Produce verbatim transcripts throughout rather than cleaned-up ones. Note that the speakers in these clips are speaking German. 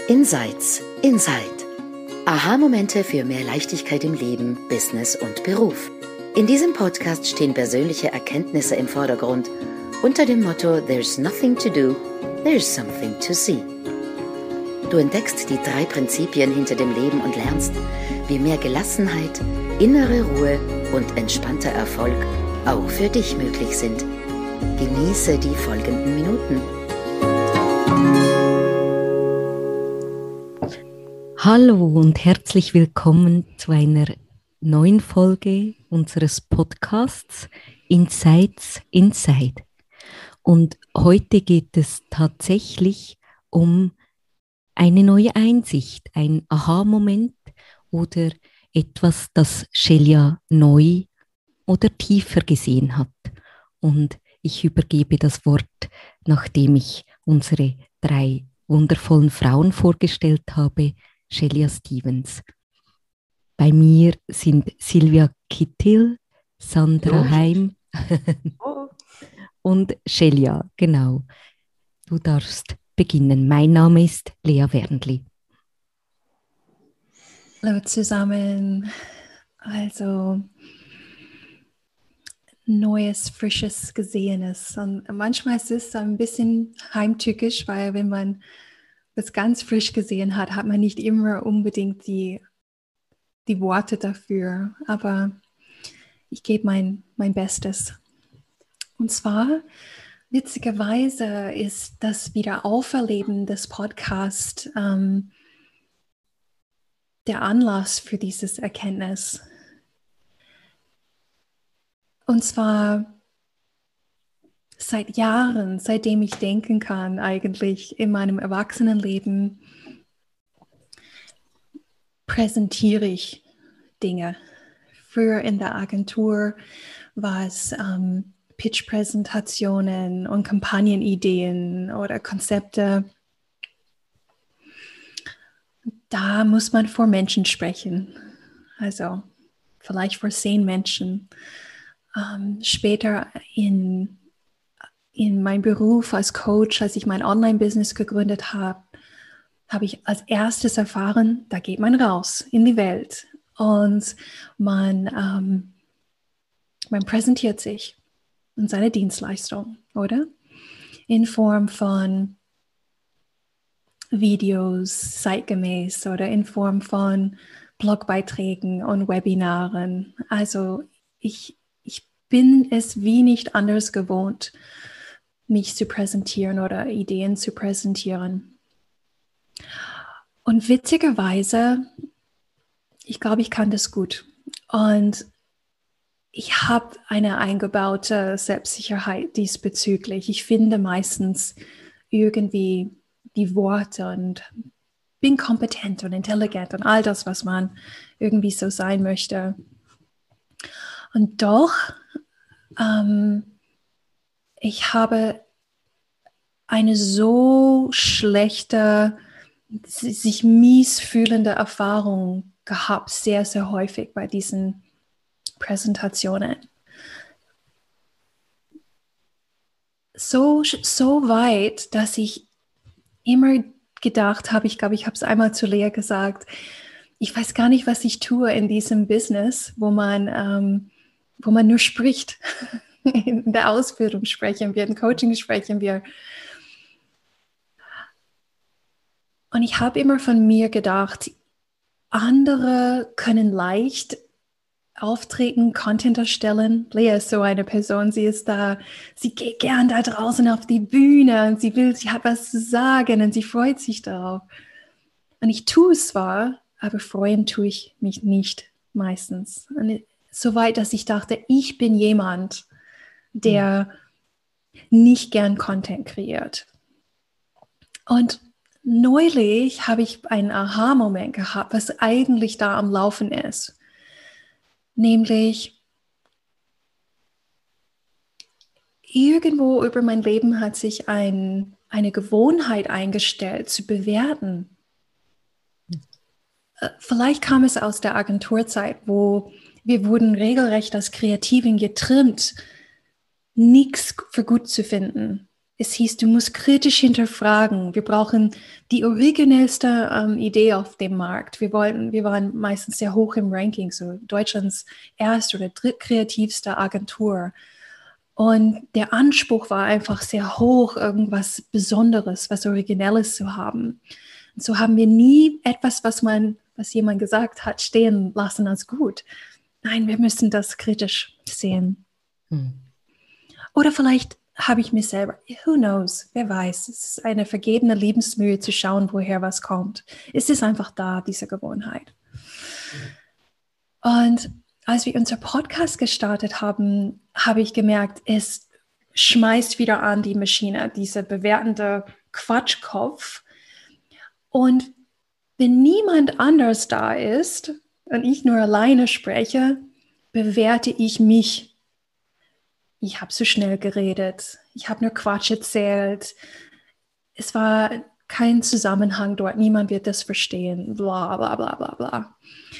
Insights Inside. Aha-Momente für mehr Leichtigkeit im Leben, Business und Beruf. In diesem Podcast stehen persönliche Erkenntnisse im Vordergrund unter dem Motto There's nothing to do, there's something to see. Du entdeckst die drei Prinzipien hinter dem Leben und lernst, wie mehr Gelassenheit, innere Ruhe und entspannter Erfolg auch für dich möglich sind. Genieße die folgenden Minuten. Hallo und herzlich willkommen zu einer neuen Folge unseres Podcasts Insights Inside. Und heute geht es tatsächlich um eine neue Einsicht, ein Aha-Moment oder etwas, das Shelia neu oder tiefer gesehen hat. Und ich übergebe das Wort, nachdem ich unsere drei wundervollen Frauen vorgestellt habe, Shelia Stevens. Bei mir sind Silvia Kittil, Sandra oh. Heim oh. und Shelia, genau. Du darfst beginnen. Mein Name ist Lea Wernli. Hallo zusammen. Also Neues, Frisches, Gesehenes. Und manchmal ist es ein bisschen heimtückisch, weil wenn man das ganz frisch gesehen hat, hat man nicht immer unbedingt die, die Worte dafür. Aber ich gebe mein, mein Bestes. Und zwar, witzigerweise, ist das Wiederauferleben des Podcasts ähm, der Anlass für dieses Erkenntnis. Und zwar seit Jahren, seitdem ich denken kann, eigentlich in meinem Erwachsenenleben, präsentiere ich Dinge. Früher in der Agentur war es ähm, Pitch-Präsentationen und Kampagnenideen oder Konzepte. Da muss man vor Menschen sprechen, also vielleicht vor zehn Menschen. Ähm, später in In meinem Beruf als Coach, als ich mein Online-Business gegründet habe, habe ich als erstes erfahren, da geht man raus in die Welt und man, ähm, man präsentiert sich und seine Dienstleistung, oder? In Form von Videos, zeitgemäß oder in Form von Blogbeiträgen und Webinaren. Also ich, ich bin es wie nicht anders gewohnt, mich zu präsentieren oder Ideen zu präsentieren. Und witzigerweise, ich glaube, ich kann das gut. Und ich habe eine eingebaute Selbstsicherheit diesbezüglich. Ich finde meistens irgendwie die Worte und bin kompetent und intelligent und all das, was man irgendwie so sein möchte. Und doch, ähm, ich habe eine so schlechte, sich mies fühlende Erfahrung gehabt, sehr, sehr häufig bei diesen Präsentationen. So, so weit, dass ich immer gedacht habe, ich glaube, ich habe es einmal zu Lea gesagt, ich weiß gar nicht, was ich tue in diesem Business, wo man, ähm, wo man nur spricht. In der Ausbildung sprechen wir, in Coaching sprechen wir. Und ich habe immer von mir gedacht, andere können leicht auftreten, Content erstellen. Lea ist so eine Person, sie ist da, sie geht gern da draußen auf die Bühne und sie will, sie hat was zu sagen und sie freut sich darauf. Und ich tue es zwar, aber freuen tue ich mich nicht meistens. Und so weit, dass ich dachte, ich bin jemand, der nicht gern Content kreiert. Und neulich habe ich einen Aha-Moment gehabt, was eigentlich da am Laufen ist. Nämlich, irgendwo über mein Leben hat sich ein, eine Gewohnheit eingestellt, zu bewerten. Vielleicht kam es aus der Agenturzeit, wo wir wurden regelrecht als Kreativen getrimmt, nichts für gut zu finden. Es hieß, du musst kritisch hinterfragen. Wir brauchen die originellste ähm, Idee auf dem Markt. Wir wollten, wir waren meistens sehr hoch im Ranking, so Deutschlands erst- oder drittkreativste Agentur. Und der Anspruch war einfach sehr hoch, irgendwas Besonderes, was Originelles zu haben. Und so haben wir nie etwas, was man, was jemand gesagt hat, stehen lassen als gut. Nein, wir müssen das kritisch sehen. Hm. Oder vielleicht habe ich mir selber, who knows, wer weiß, es ist eine vergebene Lebensmühe zu schauen, woher was kommt. Es ist einfach da, diese Gewohnheit. Und als wir unser Podcast gestartet haben, habe ich gemerkt, es schmeißt wieder an die Maschine, dieser bewertende Quatschkopf. Und wenn niemand anders da ist und ich nur alleine spreche, bewerte ich mich. Ich habe zu schnell geredet, ich habe nur Quatsch erzählt, es war kein Zusammenhang dort, niemand wird das verstehen, bla bla bla bla bla.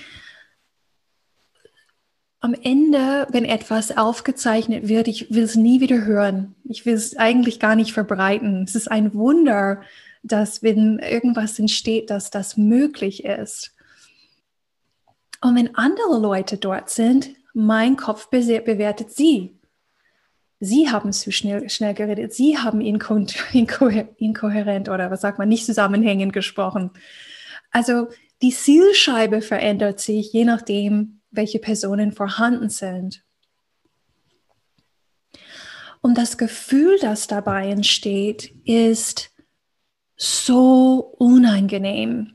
Am Ende, wenn etwas aufgezeichnet wird, ich will es nie wieder hören, ich will es eigentlich gar nicht verbreiten. Es ist ein Wunder, dass wenn irgendwas entsteht, dass das möglich ist. Und wenn andere Leute dort sind, mein Kopf bewertet sie. Sie haben zu schnell, schnell geredet, Sie haben inko- inko- inkohärent oder was sagt man, nicht zusammenhängend gesprochen. Also die Zielscheibe verändert sich, je nachdem, welche Personen vorhanden sind. Und das Gefühl, das dabei entsteht, ist so unangenehm,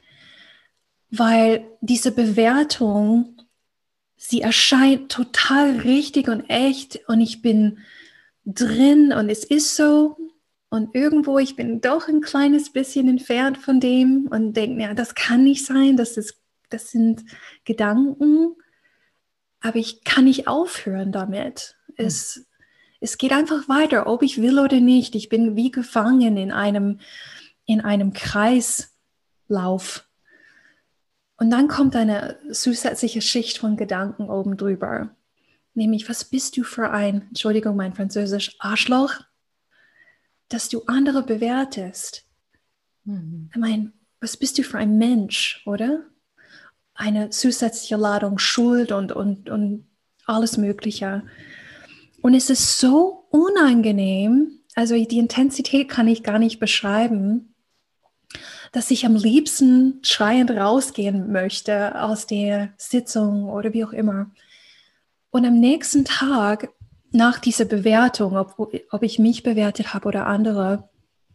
weil diese Bewertung, sie erscheint total richtig und echt und ich bin drin und es ist so und irgendwo, ich bin doch ein kleines bisschen entfernt von dem und denke, ja, das kann nicht sein, das, ist, das sind Gedanken, aber ich kann nicht aufhören damit. Hm. Es, es geht einfach weiter, ob ich will oder nicht. Ich bin wie gefangen in einem, in einem Kreislauf. Und dann kommt eine zusätzliche Schicht von Gedanken oben drüber. Nämlich, was bist du für ein, Entschuldigung, mein Französisch, Arschloch, dass du andere bewertest. Mhm. Ich meine, was bist du für ein Mensch, oder? Eine zusätzliche Ladung Schuld und, und, und alles Mögliche. Und es ist so unangenehm, also die Intensität kann ich gar nicht beschreiben, dass ich am liebsten schreiend rausgehen möchte aus der Sitzung oder wie auch immer. Und am nächsten Tag, nach dieser Bewertung, ob, ob ich mich bewertet habe oder andere,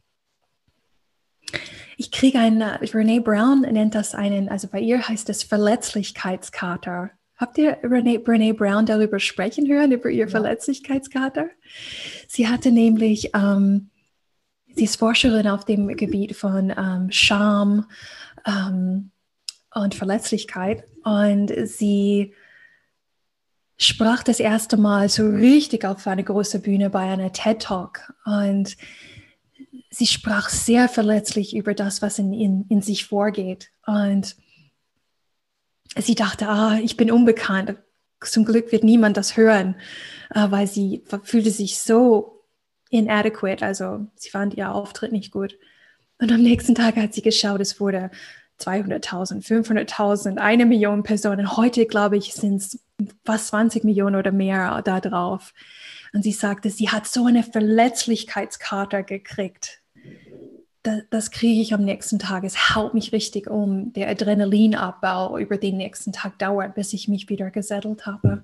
ich kriege einen, Brené Brown nennt das einen, also bei ihr heißt es Verletzlichkeitskater. Habt ihr Brené, Brené Brown darüber sprechen hören, über ihr ja. Verletzlichkeitskater? Sie hatte nämlich, ähm, sie ist Forscherin auf dem Gebiet von ähm, Scham ähm, und Verletzlichkeit und sie sprach das erste Mal so richtig auf eine große Bühne bei einer TED-Talk und sie sprach sehr verletzlich über das, was in, in, in sich vorgeht und sie dachte, ah, ich bin unbekannt, zum Glück wird niemand das hören, äh, weil sie fühlte sich so inadequate, also sie fand ihr Auftritt nicht gut und am nächsten Tag hat sie geschaut, es wurde zweihunderttausend, fünfhunderttausend, eine Million Personen, heute glaube ich sind es fast zwanzig Millionen oder mehr da drauf. Und sie sagte, sie hat so eine Verletzlichkeitskarte gekriegt. Das, das kriege ich am nächsten Tag. Es haut mich richtig um. Der Adrenalinabbau über den nächsten Tag dauert, bis ich mich wieder gesettelt habe.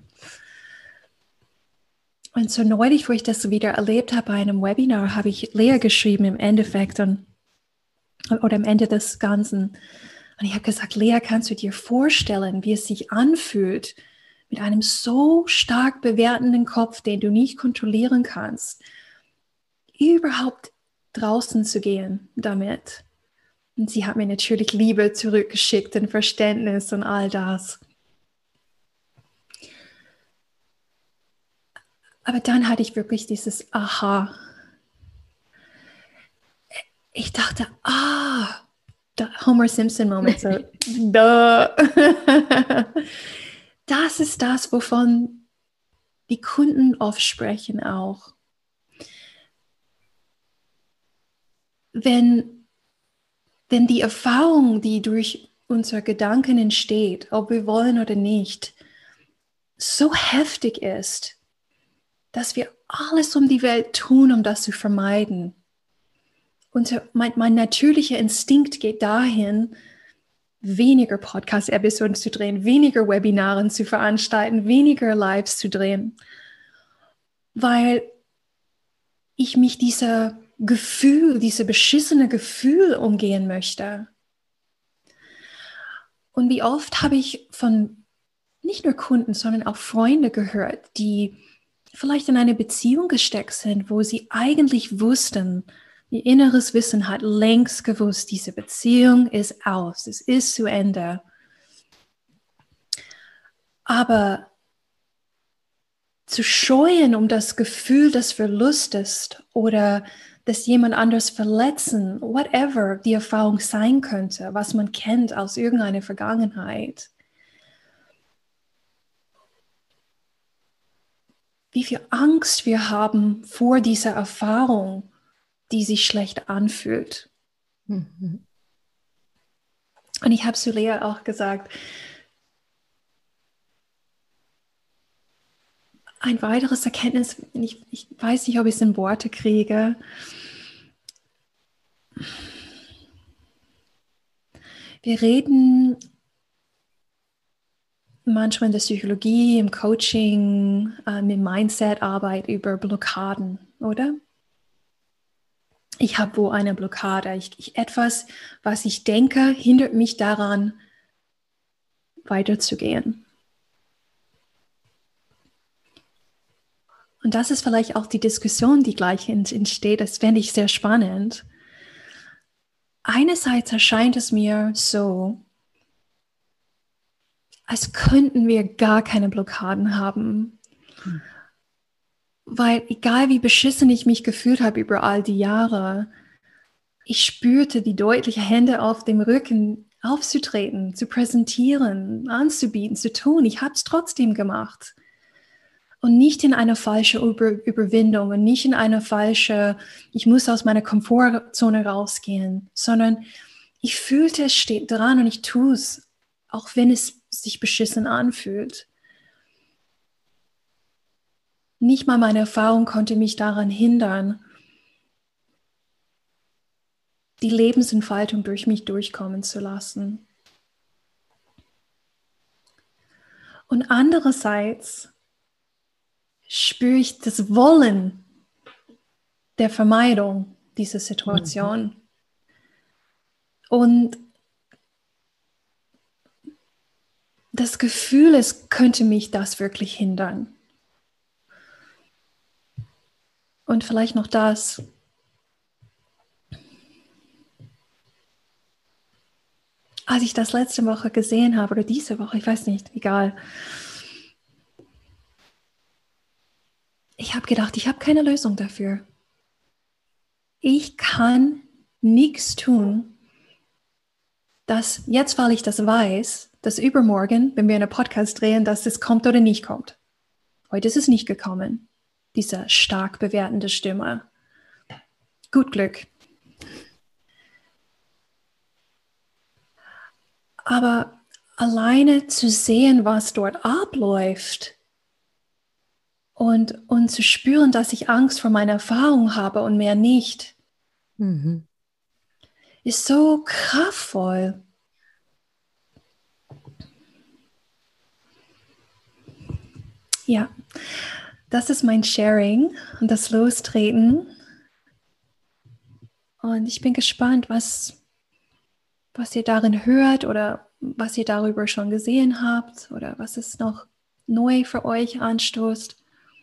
Und so neulich, wo ich das wieder erlebt habe bei einem Webinar, habe ich Lea geschrieben im Endeffekt und, oder am Ende des Ganzen. Und ich habe gesagt, Lea, kannst du dir vorstellen, wie es sich anfühlt, mit einem so stark bewertenden Kopf, den du nicht kontrollieren kannst, überhaupt draußen zu gehen damit. Und sie hat mir natürlich Liebe zurückgeschickt und Verständnis und all das. Aber dann hatte ich wirklich dieses Aha. Ich dachte, ah, der Homer Simpson-Moment, so, duh. Das ist das, wovon die Kunden oft sprechen auch. wenn, wenn die Erfahrung, die durch unsere Gedanken entsteht, ob wir wollen oder nicht, so heftig ist, dass wir alles um die Welt tun, um das zu vermeiden. Und mein, mein natürlicher Instinkt geht dahin, weniger Podcast-Episoden zu drehen, weniger Webinaren zu veranstalten, weniger Lives zu drehen, weil ich mich dieser Gefühl, diese beschissene Gefühl umgehen möchte. Und wie oft habe ich von nicht nur Kunden, sondern auch Freunde gehört, die vielleicht in eine Beziehung gesteckt sind, wo sie eigentlich wussten, ihr inneres Wissen hat längst gewusst, diese Beziehung ist aus, es ist zu Ende. Aber zu scheuen um das Gefühl des Verlustes oder dass jemand anders verletzen, whatever die Erfahrung sein könnte, was man kennt aus irgendeiner Vergangenheit. Wie viel Angst wir haben vor dieser Erfahrung, die sich schlecht anfühlt. Mhm. Und ich habe zu Lea auch gesagt, ein weiteres Erkenntnis, ich, ich weiß nicht, ob ich es in Worte kriege. Wir reden manchmal in der Psychologie, im Coaching, ähm, in Mindset-Arbeit über Blockaden, oder? Ich habe wo eine Blockade. Ich, ich, etwas, was ich denke, hindert mich daran, weiterzugehen. Und das ist vielleicht auch die Diskussion, die gleich entsteht. Das fände ich sehr spannend. Einerseits erscheint es mir so, als könnten wir gar keine Blockaden haben. Hm. Weil egal wie beschissen ich mich gefühlt habe über all die Jahre, ich spürte die deutlichen Hände auf dem Rücken aufzutreten, zu präsentieren, anzubieten, zu tun. Ich habe es trotzdem gemacht. Und nicht in eine falsche Über- Überwindung und nicht in eine falsche, ich muss aus meiner Komfortzone rausgehen, sondern ich fühlte, es steht dran und ich tue es, auch wenn es sich beschissen anfühlt. Nicht mal meine Erfahrung konnte mich daran hindern, die Lebensentfaltung durch mich durchkommen zu lassen. Und andererseits spüre ich das Wollen der Vermeidung dieser Situation. Mhm. Und das Gefühl, es könnte mich das wirklich hindern. Und vielleicht noch das. Als ich das letzte Woche gesehen habe, oder diese Woche, ich weiß nicht, egal. Ich habe gedacht, ich habe keine Lösung dafür. Ich kann nichts tun, dass jetzt, weil ich das weiß, dass übermorgen, wenn wir einen Podcast drehen, dass es kommt oder nicht kommt. Heute ist es nicht gekommen, diese stark bewertende Stimme. Gut Glück. Aber alleine zu sehen, was dort abläuft und, und zu spüren, dass ich Angst vor meiner Erfahrung habe und mehr nicht, mhm. ist so kraftvoll. Ja, das ist mein Sharing und das Lostreten. Und ich bin gespannt, was, was ihr darin hört oder was ihr darüber schon gesehen habt oder was es noch neu für euch anstoßt.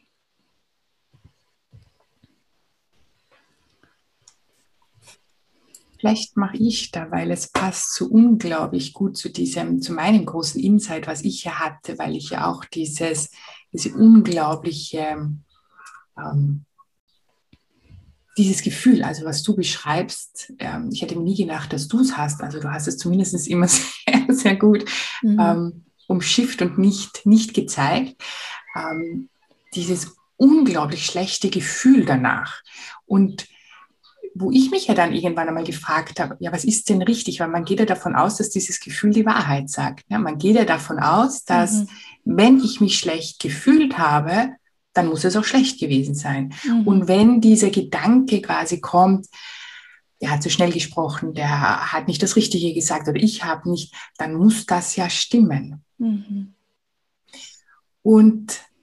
Vielleicht mache ich da, weil es passt so unglaublich gut zu diesem, zu meinem großen Insight, was ich ja hatte, weil ich ja auch dieses, diese unglaubliche, ähm, dieses Gefühl, also was du beschreibst, ähm, ich hätte mir nie gedacht, dass du es hast, also du hast es zumindest immer sehr, sehr gut mhm. ähm, umschifft und nicht, nicht gezeigt, ähm, dieses unglaublich schlechte Gefühl danach und wo ich mich ja dann irgendwann einmal gefragt habe, ja, was ist denn richtig? Weil man geht ja davon aus, dass dieses Gefühl die Wahrheit sagt. Ja, man geht ja davon aus, dass Mhm. wenn ich mich schlecht gefühlt habe, dann muss es auch schlecht gewesen sein. Mhm. Und wenn dieser Gedanke quasi kommt, der hat zu schnell gesprochen, der hat nicht das Richtige gesagt oder ich habe nicht, dann muss das ja stimmen. Mhm. Und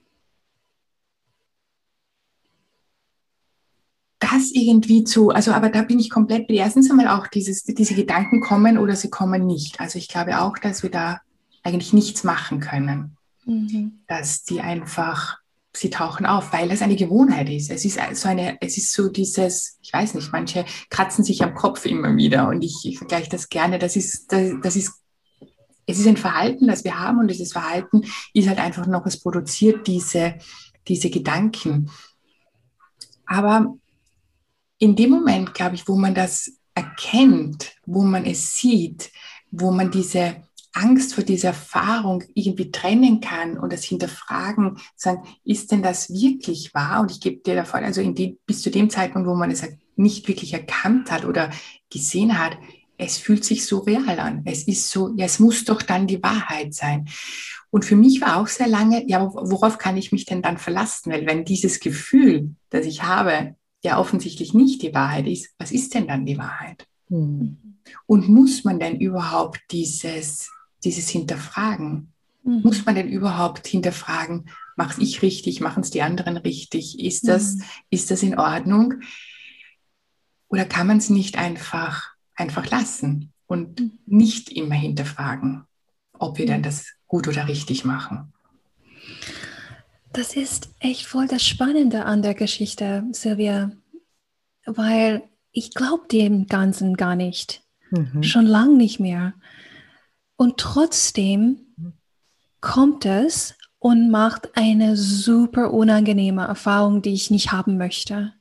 das irgendwie zu, also aber da bin ich komplett, erstens einmal auch dieses, diese Gedanken kommen oder sie kommen nicht. Also ich glaube auch, dass wir da eigentlich nichts machen können, Mhm. dass die einfach, sie tauchen auf, weil es eine Gewohnheit ist. Es ist so eine, es ist so dieses, ich weiß nicht, manche kratzen sich am Kopf immer wieder und ich, ich vergleiche das gerne, das ist, das, das ist, es ist ein Verhalten, das wir haben und dieses Verhalten ist halt einfach noch, es produziert diese, diese Gedanken. Aber in dem Moment, glaube ich, wo man das erkennt, wo man es sieht, wo man diese Angst vor dieser Erfahrung irgendwie trennen kann und das hinterfragen, sagen, ist denn das wirklich wahr? Und ich gebe dir davon, also in die, bis zu dem Zeitpunkt, wo man es nicht wirklich erkannt hat oder gesehen hat, es fühlt sich so real an. Es ist so, ja, es muss doch dann die Wahrheit sein. Und für mich war auch sehr lange, ja, worauf kann ich mich denn dann verlassen? Weil wenn dieses Gefühl, das ich habe, ja offensichtlich nicht die Wahrheit ist, was ist denn dann die Wahrheit? Mhm. Und muss man denn überhaupt dieses, dieses hinterfragen? Mhm. Muss man denn überhaupt hinterfragen, mache ich richtig, machen es die anderen richtig? Ist das, Mhm. ist das in Ordnung? Oder kann man es nicht einfach, einfach lassen und Mhm. nicht immer hinterfragen, ob wir denn das gut oder richtig machen? Das ist echt voll das Spannende an der Geschichte, Silvia, weil ich glaube dem Ganzen gar nicht. Mhm. Schon lange nicht mehr. Und trotzdem kommt es und macht eine super unangenehme Erfahrung, die ich nicht haben möchte.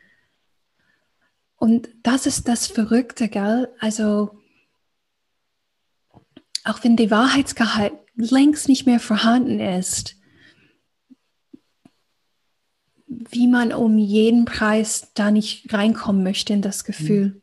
Und das ist das Verrückte, gell? Also, auch wenn die Wahrheitsgehalt längst nicht mehr vorhanden ist, wie man um jeden Preis da nicht reinkommen möchte in das Gefühl.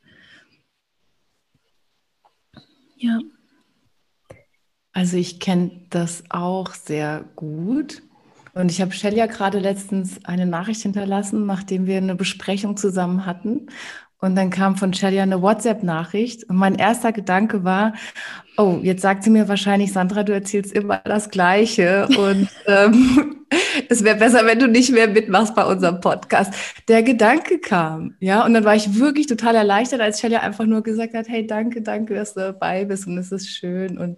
Ja. Also ich kenne das auch sehr gut. Und ich habe Shelley ja gerade letztens eine Nachricht hinterlassen, nachdem wir eine Besprechung zusammen hatten. Und dann kam von Shelley eine WhatsApp-Nachricht. Und mein erster Gedanke war, oh, jetzt sagt sie mir wahrscheinlich, Sandra, du erzählst immer das Gleiche. Und ähm, es wäre besser, wenn du nicht mehr mitmachst bei unserem Podcast. Der Gedanke kam, ja. Und dann war ich wirklich total erleichtert, als Shelley einfach nur gesagt hat, hey, danke, danke, dass du dabei bist. Und es ist schön. Und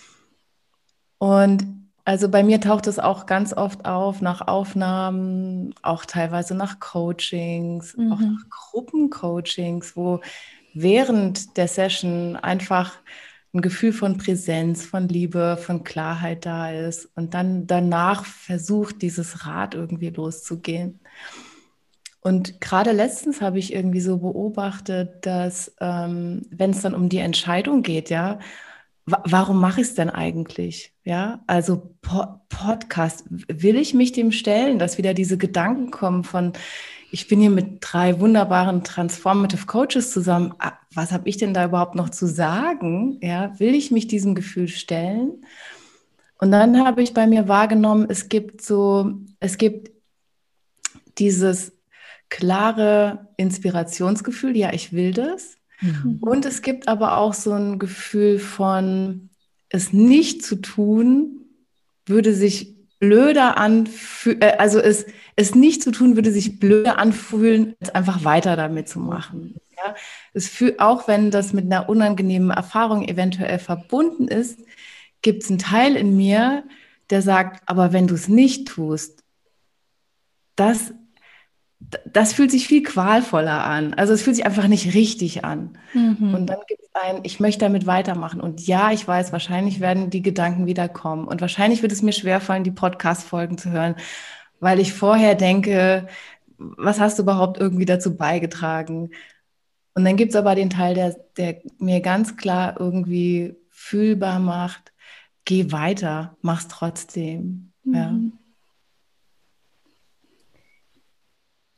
Und also bei mir taucht es auch ganz oft auf nach Aufnahmen, auch teilweise nach Coachings, auch Mhm. nach Gruppencoachings, wo während der Session einfach ein Gefühl von Präsenz, von Liebe, von Klarheit da ist und dann danach versucht, dieses Rad irgendwie loszugehen. Und gerade letztens habe ich irgendwie so beobachtet, dass ähm, wenn es dann um die Entscheidung geht, ja, wa- warum mache ich es denn eigentlich? Ja, also po Podcast, will ich mich dem stellen, dass wieder diese Gedanken kommen von, ich bin hier mit drei wunderbaren Transformative Coaches zusammen. Ah, was habe ich denn da überhaupt noch zu sagen? Ja, will ich mich diesem Gefühl stellen? Und dann habe ich bei mir wahrgenommen, es gibt so, es gibt dieses klare Inspirationsgefühl, ja, ich will das. Mhm. Und es gibt aber auch so ein Gefühl von, es nicht zu tun, würde sich blöder anfühlen, äh, also es, es nicht zu tun, würde sich blöder anfühlen, als einfach weiter damit zu machen. Ja? Es fühlt, auch wenn das mit einer unangenehmen Erfahrung eventuell verbunden ist, gibt es einen Teil in mir, der sagt, aber wenn du es nicht tust, das das fühlt sich viel qualvoller an. Also es fühlt sich einfach nicht richtig an. Mhm. Und dann gibt es ein, ich möchte damit weitermachen. Und ja, ich weiß, wahrscheinlich werden die Gedanken wieder kommen. Und wahrscheinlich wird es mir schwerfallen, die Podcast-Folgen zu hören, weil ich vorher denke, was hast du überhaupt irgendwie dazu beigetragen? Und dann gibt es aber den Teil, der, der mir ganz klar irgendwie fühlbar macht, geh weiter, mach's trotzdem. Ja. Mhm.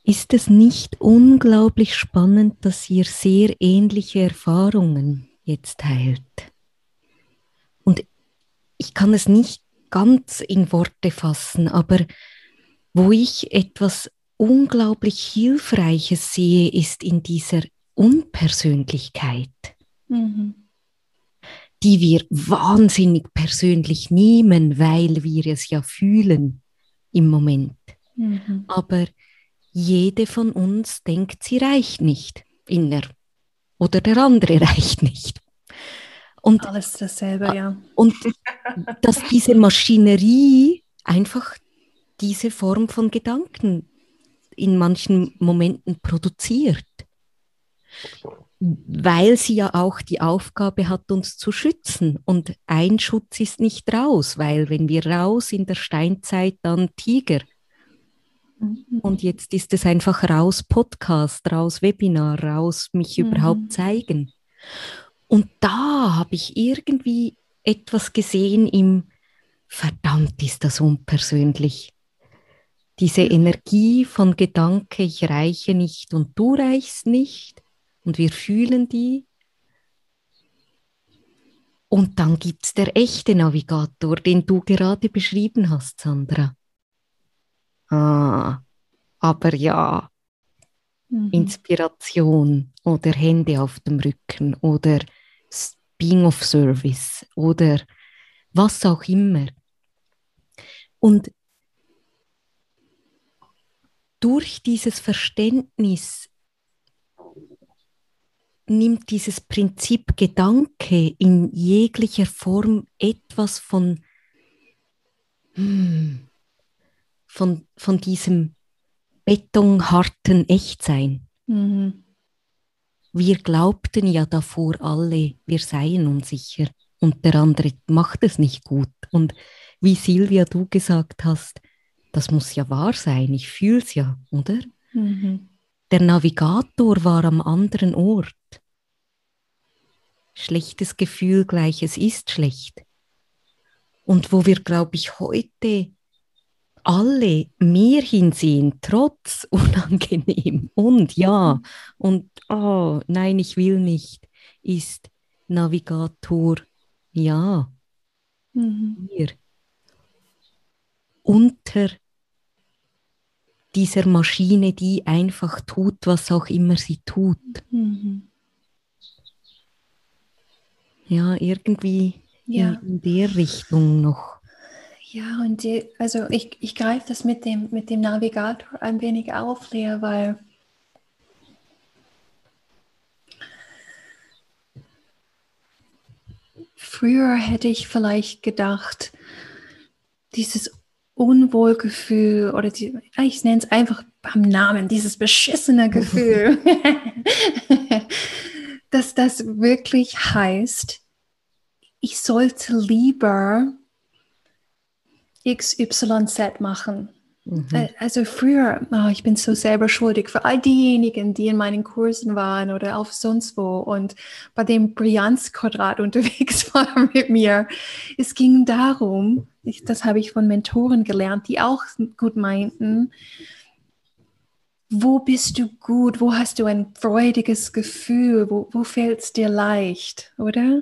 ist es nicht unglaublich spannend, dass ihr sehr ähnliche Erfahrungen jetzt teilt? Und ich kann es nicht ganz in Worte fassen, aber wo ich etwas unglaublich Hilfreiches sehe, ist in dieser Unpersönlichkeit, Mhm. die wir wahnsinnig persönlich nehmen, weil wir es ja fühlen im Moment. Mhm. Aber jede von uns denkt, sie reicht nicht inner oder der andere reicht nicht. Und, Alles dasselbe, ja. und dass diese Maschinerie einfach diese Form von Gedanken in manchen Momenten produziert, weil sie ja auch die Aufgabe hat, uns zu schützen. Und ein Schutz ist nicht raus, weil wenn wir raus in der Steinzeit, dann Tiger. Mhm. Und jetzt ist es einfach raus Podcast, raus Webinar, raus mich Mhm. überhaupt zeigen. Und da habe ich irgendwie etwas gesehen im verdammt ist das unpersönlich. Diese Energie von Gedanke, ich reiche nicht und du reichst nicht und wir fühlen die. Und dann gibt es der echte Navigator, den du gerade beschrieben hast, Sandra. Ah, aber ja, Mhm. Inspiration oder Hände auf dem Rücken oder Being of Service oder was auch immer. Und durch dieses Verständnis nimmt dieses Prinzip Gedanke in jeglicher Form etwas von, hm, von, von diesem betonharten Echtsein. Mhm. Wir glaubten ja davor alle, wir seien unsicher und der andere macht es nicht gut. Und wie Silvia, du gesagt hast, das muss ja wahr sein, ich fühle es ja, oder? Mhm. Der Navigator war am anderen Ort. Schlechtes Gefühl gleich, es ist schlecht. Und wo wir, glaube ich, heute alle mehr hinsehen, trotz unangenehm und ja und oh, nein, ich will nicht, ist Navigator, ja, Mhm. hier. Unter dieser Maschine, die einfach tut, was auch immer sie tut. Mhm. Ja, irgendwie in, Ja. in der Richtung noch. Ja, und die, also ich, ich greife das mit dem, mit dem Navigator ein wenig auf, Lea, weil früher hätte ich vielleicht gedacht, dieses Unwohlgefühl oder die, ich nenne es einfach beim Namen, dieses beschissene Gefühl, dass das wirklich heißt, ich sollte lieber X Y Z machen. Mhm. Also früher, oh, ich bin so selber schuldig für all diejenigen, die in meinen Kursen waren oder auf sonst wo und bei dem Brillanzquadrat unterwegs waren mit mir. Es ging darum, ich, das habe ich von Mentoren gelernt, die auch gut meinten, wo bist du gut, wo hast du ein freudiges Gefühl, wo, wo fällt es dir leicht, oder?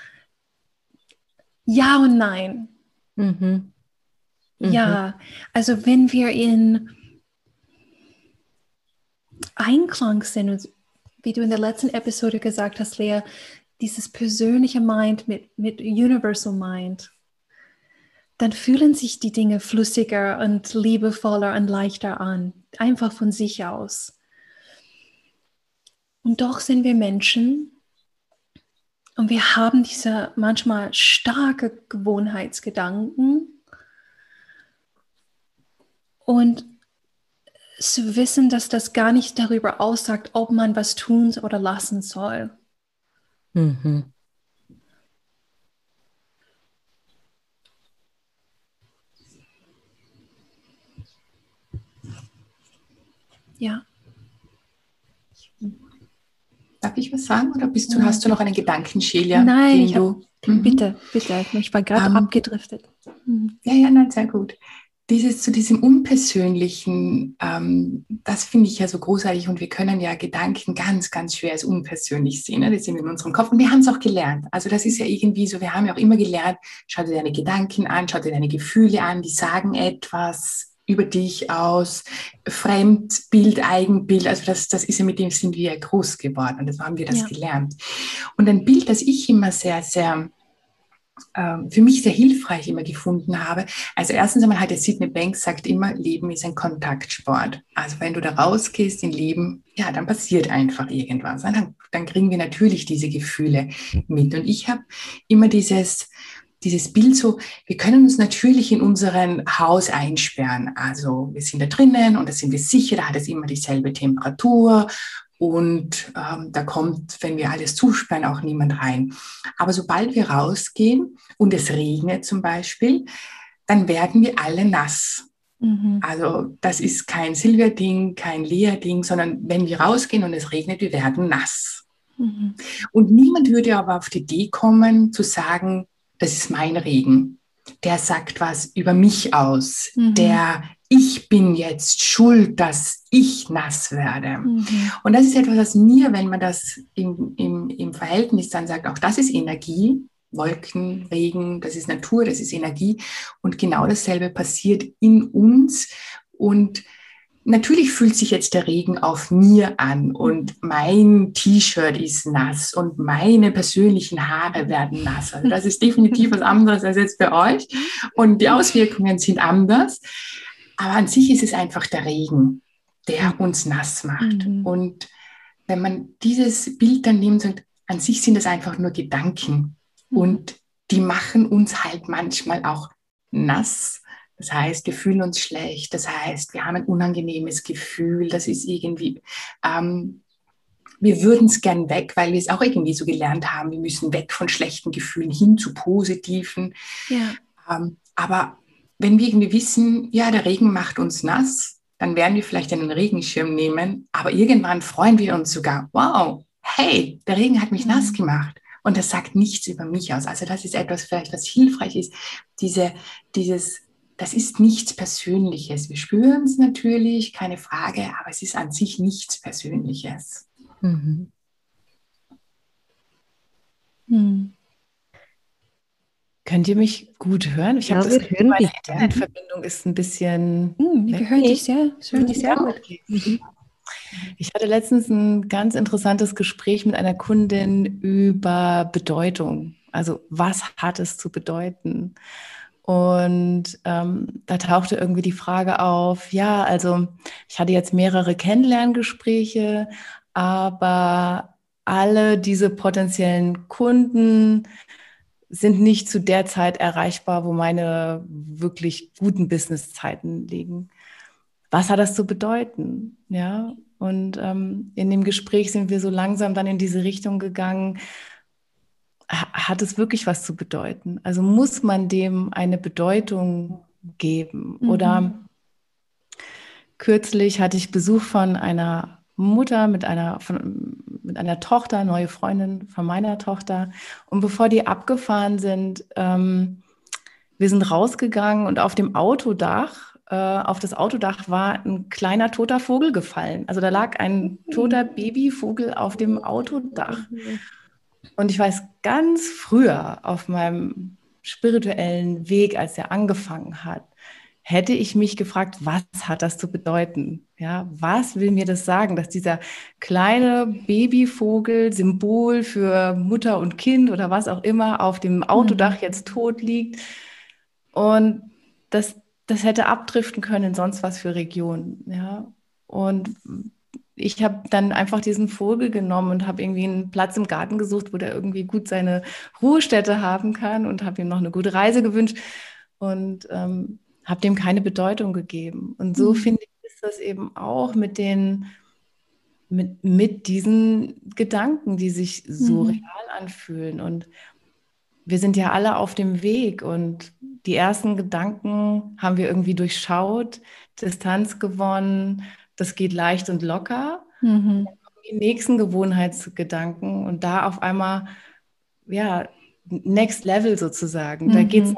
Ja und nein. Mhm. Mhm. Ja, also wenn wir in Einklang sind, und wie du in der letzten Episode gesagt hast, Lea, dieses persönliche Mind mit, mit Universal Mind, dann fühlen sich die Dinge flüssiger und liebevoller und leichter an, einfach von sich aus. Und doch sind wir Menschen und wir haben diese manchmal starke Gewohnheitsgedanken und zu wissen, dass das gar nicht darüber aussagt, ob man was tun oder lassen soll. Mhm. Ja. Darf ich was sagen oder bist du, hast du noch einen Gedanken, Shelia? Nein, den ich hab, du, mhm. bitte, bitte. Ich war gerade Ähm, abgedriftet. Mhm. Ja, ja, nein, sehr gut. dieses zu diesem Unpersönlichen, ähm, das finde ich ja so großartig und wir können ja Gedanken ganz, ganz schwer als unpersönlich sehen. Ne? Das sind in unserem Kopf und wir haben es auch gelernt. Also das ist ja irgendwie so, wir haben ja auch immer gelernt, schau dir deine Gedanken an, schau dir deine Gefühle an, die sagen etwas über dich aus, Fremdbild, Eigenbild, also das, das ist ja, mit dem sind wir groß geworden und das haben wir das Ja. gelernt. Und ein Bild, das ich immer sehr, sehr für mich sehr hilfreich immer gefunden habe. Also erstens einmal hat der Sydney Banks sagt immer, Leben ist ein Kontaktsport. Also wenn du da rausgehst in Leben, ja, dann passiert einfach irgendwas. Dann, dann kriegen wir natürlich diese Gefühle mit. Und ich habe immer dieses, dieses Bild so, wir können uns natürlich in unseren Haus einsperren. Also wir sind da drinnen und da sind wir sicher, da hat es immer dieselbe Temperatur. Und ähm, da kommt, wenn wir alles zusperren, auch niemand rein. Aber sobald wir rausgehen und es regnet zum Beispiel, dann werden wir alle nass. Mhm. Also das ist kein Silvia-Ding, kein Lea-Ding, sondern wenn wir rausgehen und es regnet, wir werden nass. Mhm. Und niemand würde aber auf die Idee kommen, zu sagen, das ist mein Regen. Der sagt was über mich aus. Mhm. Der ich bin jetzt schuld, dass ich nass werde. Mhm. Und das ist etwas, was mir, wenn man das im, im, im Verhältnis dann sagt, auch das ist Energie, Wolken, Regen, das ist Natur, das ist Energie. Und genau dasselbe passiert in uns. Und natürlich fühlt sich jetzt der Regen auf mir an und mein T-Shirt ist nass und meine persönlichen Haare werden nass. Also das ist definitiv was anderes als jetzt bei euch. Und die Auswirkungen sind anders. Aber an sich ist es einfach der Regen, der uns nass macht. Mhm. Und wenn man dieses Bild dann nimmt, sagt, an sich sind es einfach nur Gedanken. Mhm. Und die machen uns halt manchmal auch nass. Das heißt, wir fühlen uns schlecht. Das heißt, wir haben ein unangenehmes Gefühl. Das ist irgendwie, ähm, wir würden es gern weg, weil wir es auch irgendwie so gelernt haben. Wir müssen weg von schlechten Gefühlen hin zu positiven. Ja. Ähm, aber wenn wir irgendwie wissen, ja, der Regen macht uns nass, dann werden wir vielleicht einen Regenschirm nehmen, aber irgendwann freuen wir uns sogar, wow, hey, der Regen hat mich mhm. nass gemacht und das sagt nichts über mich aus. Also das ist etwas vielleicht, was hilfreich ist, diese, dieses, das ist nichts Persönliches. Wir spüren es natürlich, keine Frage, aber es ist an sich nichts Persönliches. Mhm. Mhm. Könnt ihr mich gut hören? Ich ja, habe das Gefühl, meine Internetverbindung ist ein bisschen... Hm, wir hören dich sehr, hören dich sehr gut. Okay. Ich hatte letztens ein ganz interessantes Gespräch mit einer Kundin über Bedeutung. Also was hat es zu bedeuten? Und ähm, da tauchte irgendwie die Frage auf, ja, also ich hatte jetzt mehrere Kennenlerngespräche, aber alle diese potenziellen Kunden sind nicht zu der Zeit erreichbar, wo meine wirklich guten Businesszeiten liegen. Was hat das zu bedeuten? Ja, und ähm, in dem Gespräch sind wir so langsam dann in diese Richtung gegangen. Hat es wirklich was zu bedeuten? Also muss man dem eine Bedeutung geben? Mhm. Oder kürzlich hatte ich Besuch von einer Mutter mit einer, von, mit einer Tochter, neue Freundin von meiner Tochter. Und bevor die abgefahren sind, ähm, wir sind rausgegangen und auf dem Autodach, äh, auf das Autodach war ein kleiner toter Vogel gefallen. Also da lag ein toter Babyvogel auf dem Autodach. Und ich weiß, ganz früher auf meinem spirituellen Weg, als er angefangen hat, hätte ich mich gefragt, was hat das zu bedeuten? Ja, was will mir das sagen, dass dieser kleine Babyvogel, Symbol für Mutter und Kind oder was auch immer, auf dem Autodach mhm. jetzt tot liegt? Und das, das hätte abdriften können in sonst was für Regionen. Ja? Und ich habe dann einfach diesen Vogel genommen und habe irgendwie einen Platz im Garten gesucht, wo der irgendwie gut seine Ruhestätte haben kann und habe ihm noch eine gute Reise gewünscht und ähm, habe dem keine Bedeutung gegeben. Und so mhm. finde ich, ist das eben auch mit den, mit, mit diesen Gedanken, die sich so mhm. real anfühlen. Und wir sind ja alle auf dem Weg und die ersten Gedanken haben wir irgendwie durchschaut, Distanz gewonnen, das geht leicht und locker. Mhm. Dann kommen die nächsten Gewohnheitsgedanken und da auf einmal, ja, Next Level sozusagen. Mhm. Da geht es nicht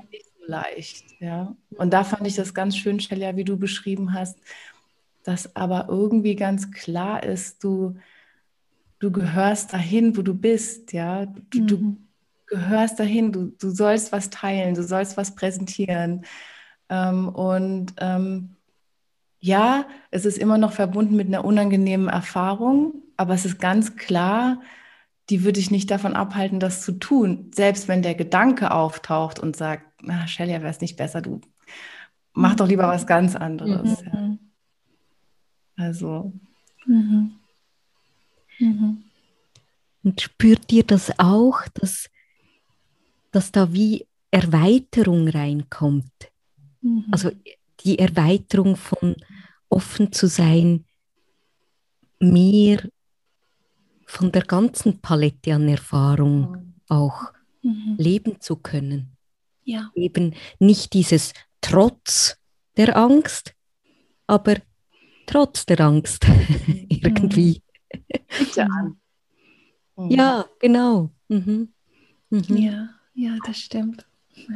leicht. Ja. Und da fand ich das ganz schön, Shelia, wie du beschrieben hast, dass aber irgendwie ganz klar ist, du, du gehörst dahin, wo du bist. Ja? Du, mhm. du gehörst dahin, du, du sollst was teilen, du sollst was präsentieren. Ähm, und ähm, ja, es ist immer noch verbunden mit einer unangenehmen Erfahrung, aber es ist ganz klar, die würde ich nicht davon abhalten, das zu tun. Selbst wenn der Gedanke auftaucht und sagt, na, Shelia, wäre es nicht besser, du mach doch lieber was ganz anderes. Mhm. Ja. Also. Mhm. Mhm. Und spürt ihr das auch, dass, dass da wie Erweiterung reinkommt? Mhm. Also die Erweiterung von offen zu sein, mehr von der ganzen Palette an Erfahrung auch mhm. leben zu können. Ja. Eben nicht dieses Trotz der Angst, aber trotz der Angst irgendwie. Bitte an. Mhm. Ja, genau. Mhm. Mhm. Ja, ja, das stimmt.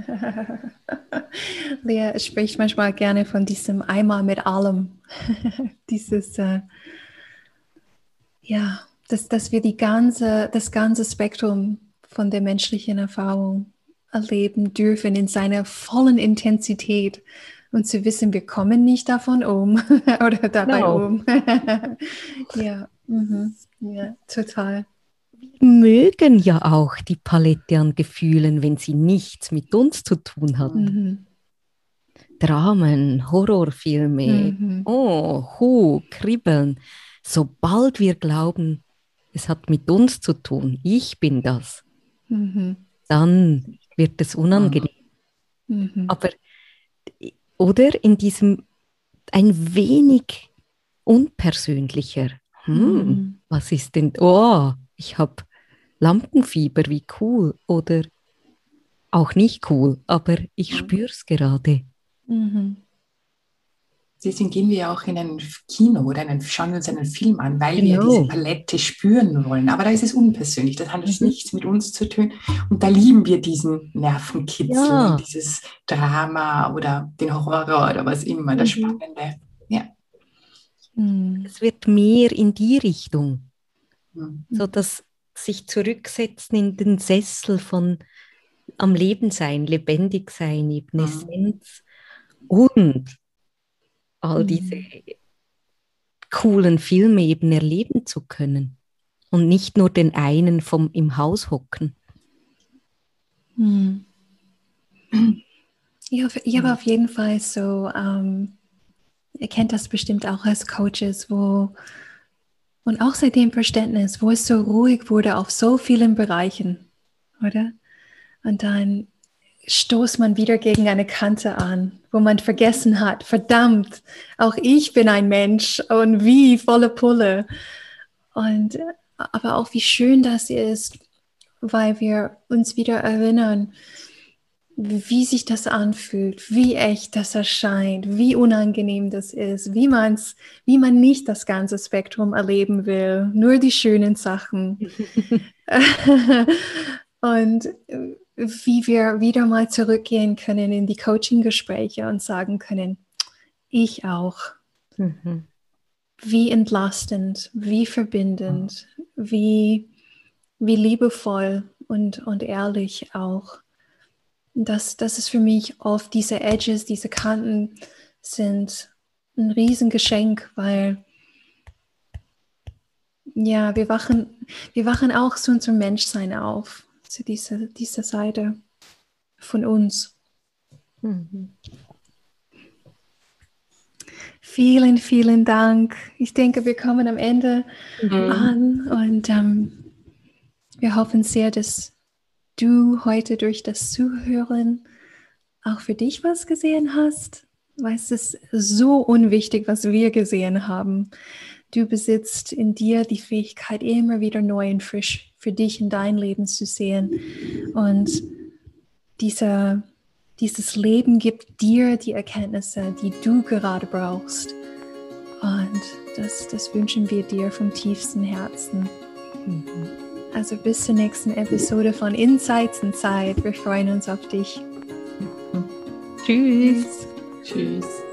Lea spricht manchmal gerne von diesem Einmal mit allem. Dieses, äh, ja, dass, dass wir die ganze, das ganze Spektrum von der menschlichen Erfahrung erleben dürfen in seiner vollen Intensität und zu wissen, wir kommen nicht davon um oder dabei no. um. Ja, mhm. Ja, total. Wir mögen ja auch die Palette an Gefühlen, wenn sie nichts mit uns zu tun hat. Mhm. Dramen, Horrorfilme, mhm. oh, hu, Kribbeln. Sobald wir glauben, es hat mit uns zu tun, ich bin das, mhm. dann wird es unangenehm. Mhm. Aber, oder in diesem ein wenig unpersönlicher, hm, mhm. was ist denn, oh, ich habe Lampenfieber, wie cool, oder auch nicht cool, aber ich mhm. spüre es gerade. Mhm. Deswegen gehen wir ja auch in ein Kino oder einen, schauen uns einen Film an, weil genau. wir diese Palette spüren wollen. Aber da ist es unpersönlich, das hat mhm. nichts mit uns zu tun. Und da lieben wir diesen Nervenkitzel ja. und dieses Drama oder den Horror oder was immer, das mhm. Spannende. Ja. Es wird mehr in die Richtung. Mhm. So dass sich zurücksetzen in den Sessel von am Leben sein, lebendig sein, eben mhm. Essenz und all mhm. diese coolen Filme eben erleben zu können und nicht nur den einen vom im Haus hocken. Mhm. Ich, hoffe, ich habe auf jeden Fall so, ähm, ihr kennt das bestimmt auch als Coaches, wo und auch seit dem Verständnis, wo es so ruhig wurde auf so vielen Bereichen, oder? Und dann stoßt man wieder gegen eine Kante an, wo man vergessen hat, verdammt, auch ich bin ein Mensch und wie volle Pulle. Und, aber auch wie schön das ist, weil wir uns wieder erinnern, wie sich das anfühlt, wie echt das erscheint, wie unangenehm das ist, wie, man's, wie man nicht das ganze Spektrum erleben will, nur die schönen Sachen. Und wie wir wieder mal zurückgehen können in die Coaching-Gespräche und sagen können, ich auch. Mhm. Wie entlastend, wie verbindend, wie, wie liebevoll und, und ehrlich auch. Das, das ist für mich oft, diese Edges, diese Kanten sind ein Riesengeschenk, weil ja, wir wachen, wir wachen auch zu unserem Menschsein auf. Zu dieser, dieser Seite von uns. Mhm. Vielen, vielen Dank. Ich denke, wir kommen am Ende mhm. an und ähm, wir hoffen sehr, dass du heute durch das Zuhören auch für dich was gesehen hast, weil es ist so unwichtig, was wir gesehen haben. Du besitzt in dir die Fähigkeit, immer wieder neu und frisch für dich in dein Leben zu sehen. Und dieser, dieses Leben gibt dir die Erkenntnisse, die du gerade brauchst. Und das, das wünschen wir dir vom tiefsten Herzen. Mhm. Also bis zur nächsten Episode von Insights Inside. Wir freuen uns auf dich. Mhm. Tschüss. Tschüss.